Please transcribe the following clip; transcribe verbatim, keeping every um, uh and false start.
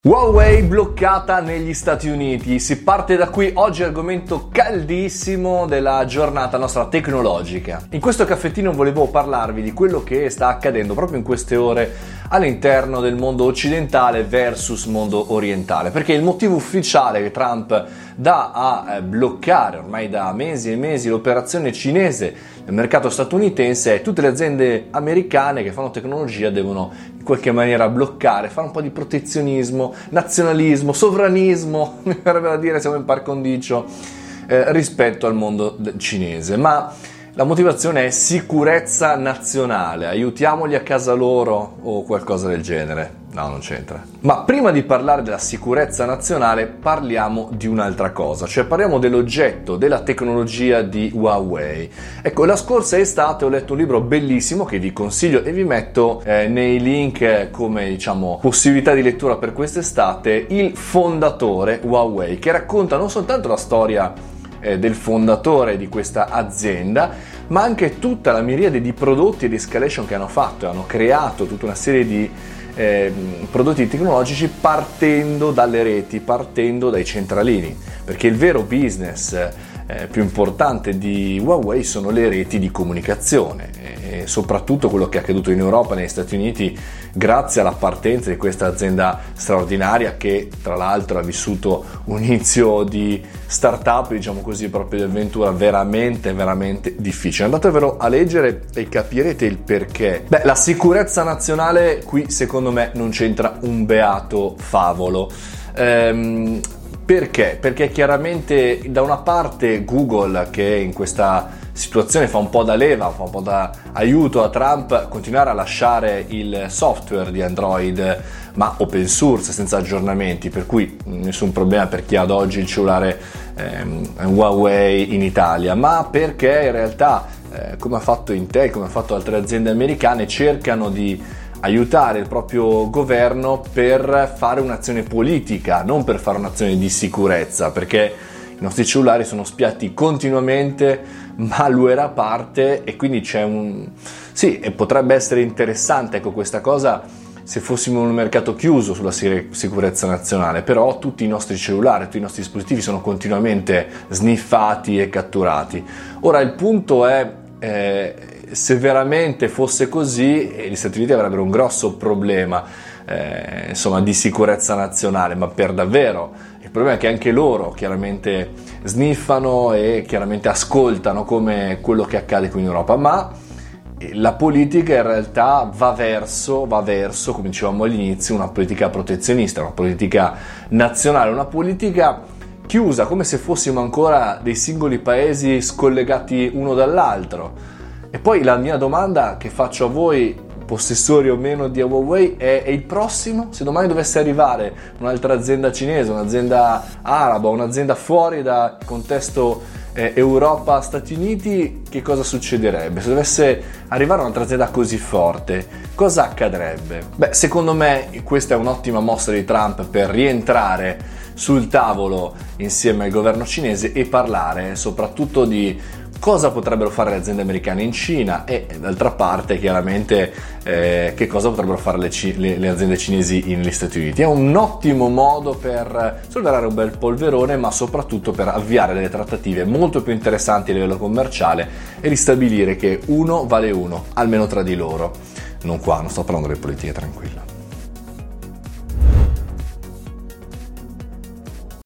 Huawei bloccata negli Stati Uniti. Si parte da qui. Oggi argomento caldissimo della giornata nostra tecnologica. In questo caffettino volevo parlarvi di quello che sta accadendo proprio in queste ore all'interno del mondo occidentale versus mondo orientale, perché il motivo ufficiale che Trump dà a bloccare ormai da mesi e mesi l'operazione cinese nel mercato statunitense è tutte le aziende americane che fanno tecnologia devono in qualche maniera bloccare, fare un po' di protezionismo, nazionalismo, sovranismo, mi verrebbe da dire, siamo in par condicio eh, rispetto al mondo cinese. Ma la motivazione è sicurezza nazionale, aiutiamoli a casa loro o qualcosa del genere. No, non c'entra. Ma prima di parlare della sicurezza nazionale parliamo di un'altra cosa, cioè parliamo dell'oggetto, della tecnologia di Huawei. Ecco, la scorsa estate ho letto un libro bellissimo che vi consiglio e vi metto eh, nei link come, diciamo, possibilità di lettura per quest'estate, Il fondatore Huawei, che racconta non soltanto la storia eh, del fondatore di questa azienda, ma anche tutta la miriade di prodotti e di escalation che hanno fatto, hanno creato tutta una serie di Eh, prodotti tecnologici partendo dalle reti, partendo dai centralini, perché il vero business eh, più importante di Huawei sono le reti di comunicazione e, e soprattutto quello che è accaduto in Europa e negli Stati Uniti grazie alla partenza di questa azienda straordinaria che tra l'altro ha vissuto un inizio di startup, diciamo così, proprio di avventura veramente veramente difficile. Andatevelo a leggere e capirete il perché. Beh, la sicurezza nazionale qui secondo me non c'entra un beato favolo. Ehm, perché? Perché chiaramente da una parte Google, che in questa situazione fa un po' da leva, fa un po' da aiuto a Trump a continuare a lasciare il software di Android ma open source, senza aggiornamenti, per cui nessun problema per chi ha ad oggi il cellulare ehm, Huawei in Italia, ma perché in realtà eh, come ha fatto Intel, come ha fatto altre aziende americane, cercano di aiutare il proprio governo per fare un'azione politica, non per fare un'azione di sicurezza, perché i nostri cellulari sono spiati continuamente, malware a parte, e quindi c'è un... sì, e potrebbe essere interessante, ecco, questa cosa se fossimo in un mercato chiuso sulla sicurezza nazionale, però tutti i nostri cellulari, tutti i nostri dispositivi sono continuamente sniffati e catturati. Ora il punto è eh, se veramente fosse così, gli Stati Uniti avrebbero un grosso problema eh, insomma di sicurezza nazionale, ma per davvero. Il problema è che anche loro chiaramente sniffano e chiaramente ascoltano come quello che accade qui in Europa, ma la politica in realtà va verso, va verso, come dicevamo all'inizio, una politica protezionista, una politica nazionale, una politica chiusa, come se fossimo ancora dei singoli paesi scollegati uno dall'altro. E poi la mia domanda che faccio a voi, possessori o meno di Huawei, è, è il prossimo? Se domani dovesse arrivare un'altra azienda cinese, un'azienda araba, un'azienda fuori dal contesto eh, Europa-Stati Uniti, che cosa succederebbe? Se dovesse arrivare un'altra azienda così forte, cosa accadrebbe? Beh, secondo me questa è un'ottima mossa di Trump per rientrare sul tavolo insieme al governo cinese e parlare soprattutto di cosa potrebbero fare le aziende americane in Cina e d'altra parte chiaramente eh, che cosa potrebbero fare le, ci- le, le aziende cinesi negli Stati Uniti. È un ottimo modo per solverare un bel polverone, ma soprattutto per avviare delle trattative molto più interessanti a livello commerciale e ristabilire che uno vale uno, almeno tra di loro. Non qua, non sto parlando di politica, tranquilla.